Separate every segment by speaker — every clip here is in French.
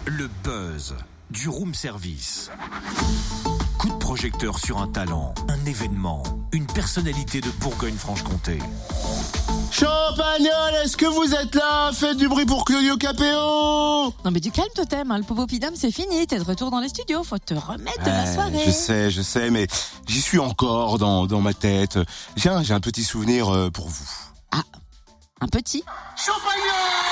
Speaker 1: Le buzz du room service. Coup de projecteur sur un talent, un événement, une personnalité de Bourgogne-Franche-Comté.
Speaker 2: Champagnol, est-ce que vous êtes là? Faites du bruit pour Claudio Capéo.
Speaker 3: Non mais du calme Totem, le Popopidam c'est fini, t'es de retour dans les studios, faut te remettre de la soirée.
Speaker 2: Je sais, mais j'y suis encore dans ma tête. J'ai un petit souvenir pour vous.
Speaker 3: Ah, un petit
Speaker 2: Champagnol.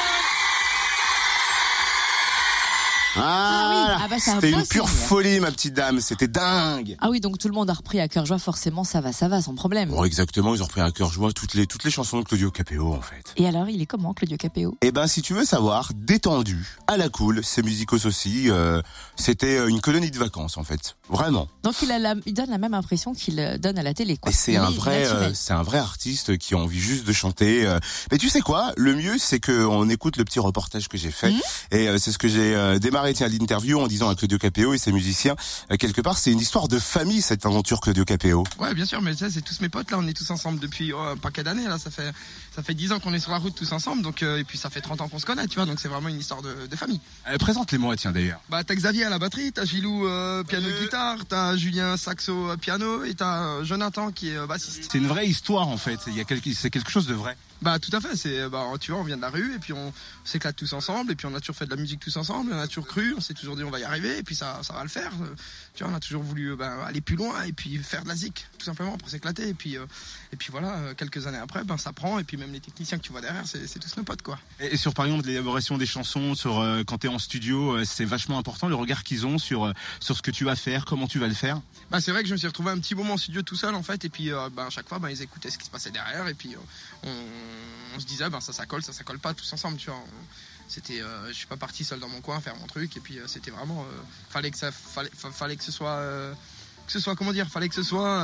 Speaker 3: Ah oui,
Speaker 2: c'était une pure folie, ma petite dame, c'était dingue.
Speaker 3: Ah oui, donc tout le monde a repris à cœur joie, forcément ça va, sans problème.
Speaker 2: Bon, exactement, ils ont repris à cœur joie toutes les chansons de Claudio Capéo, en fait.
Speaker 3: Et alors, il est comment, Claudio Capéo?
Speaker 2: Eh ben, si tu veux savoir, détendu, à la cool, c'est musicos aussi, c'était une colonie de vacances, en fait. Vraiment.
Speaker 3: Donc il donne la même impression qu'il donne à la télé, quoi.
Speaker 2: Et c'est un vrai artiste qui a envie juste de chanter. Mais tu sais quoi? Le mieux, c'est qu'on écoute le petit reportage que j'ai fait. Et c'est ce que j'ai démarré, l'interview en disant à Claudio Capéo et ses musiciens, quelque part, c'est une histoire de famille, cette aventure Claudio Capéo.
Speaker 4: Ouais, bien sûr, mais ça, c'est tous mes potes, là, on est tous ensemble depuis un paquet d'années, là, ça fait 10 ans qu'on est sur la route tous ensemble, donc, et puis ça fait 30 ans qu'on se connaît, tu vois, donc c'est vraiment une histoire de famille.
Speaker 2: Présente-les-moi, tiens, d'ailleurs.
Speaker 4: Bah, t'as Xavier à la batterie, t'as Gilou piano-guitare, t'as Julien saxo piano, et t'as Jonathan qui est bassiste.
Speaker 2: C'est une vraie histoire, en fait, c'est quelque chose de vrai.
Speaker 4: Bah tout à fait, tu vois, on vient de la rue et puis on s'éclate tous ensemble et puis on a toujours fait de la musique tous ensemble, on a toujours cru, on s'est toujours dit on va y arriver et puis ça va le faire. Tu vois, on a toujours voulu aller plus loin et puis faire de la zik tout simplement pour s'éclater et puis voilà, quelques années après ça prend et puis même les techniciens que tu vois derrière, c'est tous nos potes quoi.
Speaker 5: Et sur par exemple l'élaboration des chansons, sur quand t'es en studio, c'est vachement important le regard qu'ils ont sur ce que tu vas faire, comment tu vas le faire.
Speaker 4: Bah c'est vrai que je me suis retrouvé un petit moment en studio tout seul en fait et puis à chaque fois ils écoutaient ce qui se passait derrière et puis on se disait ça colle pas tous ensemble, tu vois. C'était je suis pas parti seul dans mon coin faire mon truc et puis c'était vraiment fallait que ce soit comment dire, fallait que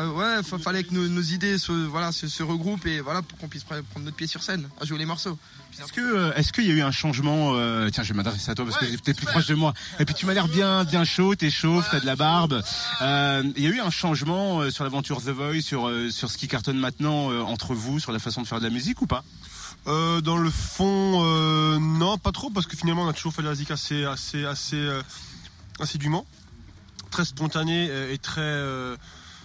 Speaker 4: nos idées se regroupent et voilà pour qu'on puisse prendre notre pied sur scène à jouer les morceaux.
Speaker 5: Est-ce qu'il y a eu un changement tiens, je vais m'adresser à toi parce que t'es plus proche de moi. Et puis tu m'as l'air bien chaud, t'es chauve, t'as de la barbe. Il y a eu un changement sur l'aventure The Voice, sur ce qui cartonne maintenant entre vous, sur la façon de faire de la musique ou pas?
Speaker 6: Dans le fond, non, pas trop, parce que finalement on a toujours fait de la musique assez assidûment, très spontané et très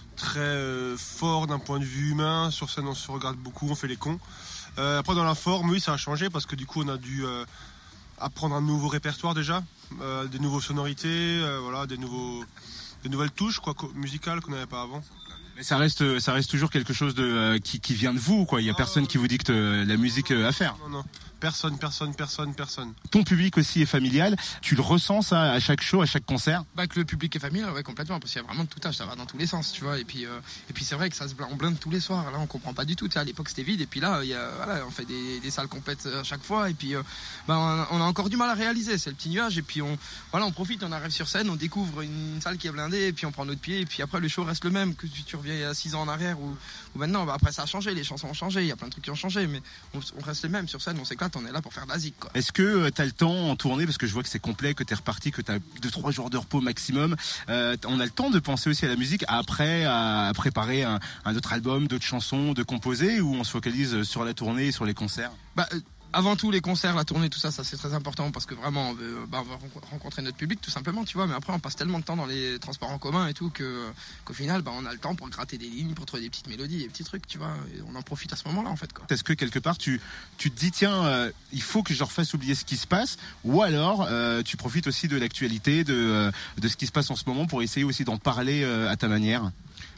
Speaker 6: fort d'un point de vue humain. Sur scène on se regarde beaucoup, on fait les cons. Après dans la forme, oui, ça a changé parce que du coup on a dû apprendre un nouveau répertoire déjà, des nouvelles sonorités, des nouvelles touches musicales qu'on n'avait pas avant.
Speaker 5: Mais ça reste toujours quelque chose qui vient de vous, quoi. Il y a personne qui vous dicte la musique à faire.
Speaker 6: Non. Personne.
Speaker 5: Ton public aussi est familial. Tu le ressens ça à chaque show, à chaque concert?
Speaker 4: Bah que le public est familial, ouais, complètement, parce qu'il y a vraiment de tout âge, ça va dans tous les sens, tu vois. Et puis c'est vrai que on blinde tous les soirs. Là, on comprend pas du tout. Tu sais, à l'époque c'était vide, et puis là, on fait des salles complètes à chaque fois, et puis on a encore du mal à réaliser. C'est le petit nuage, et puis on profite, on arrive sur scène, on découvre une salle qui est blindée, et puis on prend notre pied, et puis après le show reste le même que tu reviens à 6 ans en arrière ou maintenant. Bah, après ça a changé, les chansons ont changé, il y a plein de trucs qui ont changé, mais on reste les mêmes sur scène, on s'éclate. On est là pour faire de la zik, quoi.
Speaker 5: Est-ce que t'as le temps en tournée, parce que je vois que c'est complet, que t'es reparti, que t'as 2-3 jours de repos maximum, on a le temps de penser aussi à la musique après, à préparer un autre album, d'autres chansons, de composer, ou on se focalise sur la tournée et sur les concerts?
Speaker 4: Avant tout, les concerts, la tournée, tout ça c'est très important parce que vraiment on veut rencontrer notre public tout simplement, tu vois. Mais après on passe tellement de temps dans les transports en commun et tout qu'au final on a le temps pour gratter des lignes, pour trouver des petites mélodies, des petits trucs, tu vois. Et on en profite à ce moment-là en fait, quoi.
Speaker 5: Est-ce que quelque part tu te dis tiens il faut que je leur fasse oublier ce qui se passe, ou alors tu profites aussi de l'actualité, de ce qui se passe en ce moment pour essayer aussi d'en parler à ta manière?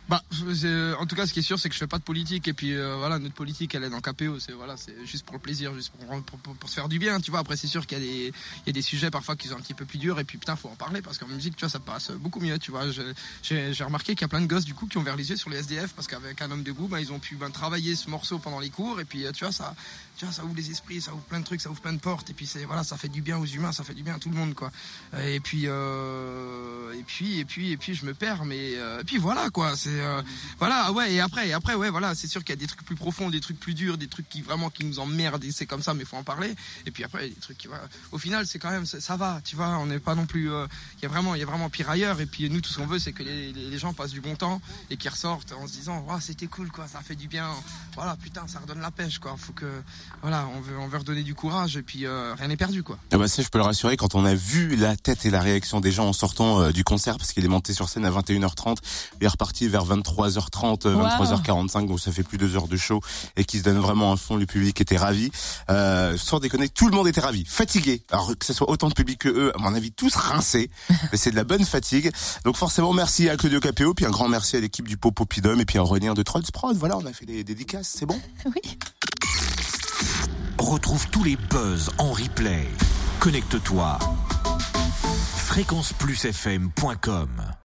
Speaker 4: En tout cas, ce qui est sûr, c'est que je fais pas de politique. Et puis notre politique, elle est dans KPO. C'est juste pour le plaisir, juste pour se faire du bien, tu vois. Après, c'est sûr qu'il y a des sujets parfois qui sont un petit peu plus durs. Et puis putain, faut en parler parce qu'en musique, tu vois, ça passe beaucoup mieux, tu vois. J'ai remarqué qu'il y a plein de gosses du coup qui ont ouvert les yeux sur les SDF parce qu'avec Un homme de goût, ils ont pu travailler ce morceau pendant les cours. Et puis tu vois, ça ouvre les esprits, ça ouvre plein de trucs, ça ouvre plein de portes. Et puis ça fait du bien aux humains, ça fait du bien à tout le monde, quoi. Et puis je me perds, mais puis voilà, quoi. C'est voilà, ouais, et après, ouais, voilà, c'est sûr qu'il y a des trucs plus profonds, des trucs plus durs, des trucs qui nous emmerdent, et c'est comme ça, mais faut en parler. Et puis après, il y a des trucs qui, voilà, au final, c'est quand même, ça va, tu vois, on n'est pas non plus, il y a vraiment pire ailleurs. Et puis nous, tout ce qu'on veut, c'est que les gens passent du bon temps et qu'ils ressortent en se disant, oh, c'était cool, quoi, ça fait du bien. Voilà, putain, ça redonne la pêche, quoi. Faut que, voilà, on veut redonner du courage, et puis rien n'est perdu, quoi.
Speaker 2: Ah bah ça, je peux le rassurer, quand on a vu la tête et la réaction des gens en sortant du concert, parce qu'il est monté sur scène à 21h30, il est reparti vers 23h30, 23h45, donc ça fait plus de 2 heures de show, et qui se donne vraiment à fond, le public était ravi. Sans déconner, tout le monde était ravi, fatigué. Alors que ce soit autant de public que eux, à mon avis, tous rincés, mais c'est de la bonne fatigue. Donc forcément, merci à Claudio Capéo, puis un grand merci à l'équipe du Popopidum, et puis à Aurélien de Trolls Prod. Voilà, on a fait des dédicaces, c'est bon?
Speaker 3: Oui.
Speaker 1: Retrouve tous les buzz en replay. Connecte-toi. fréquenceplusfm.com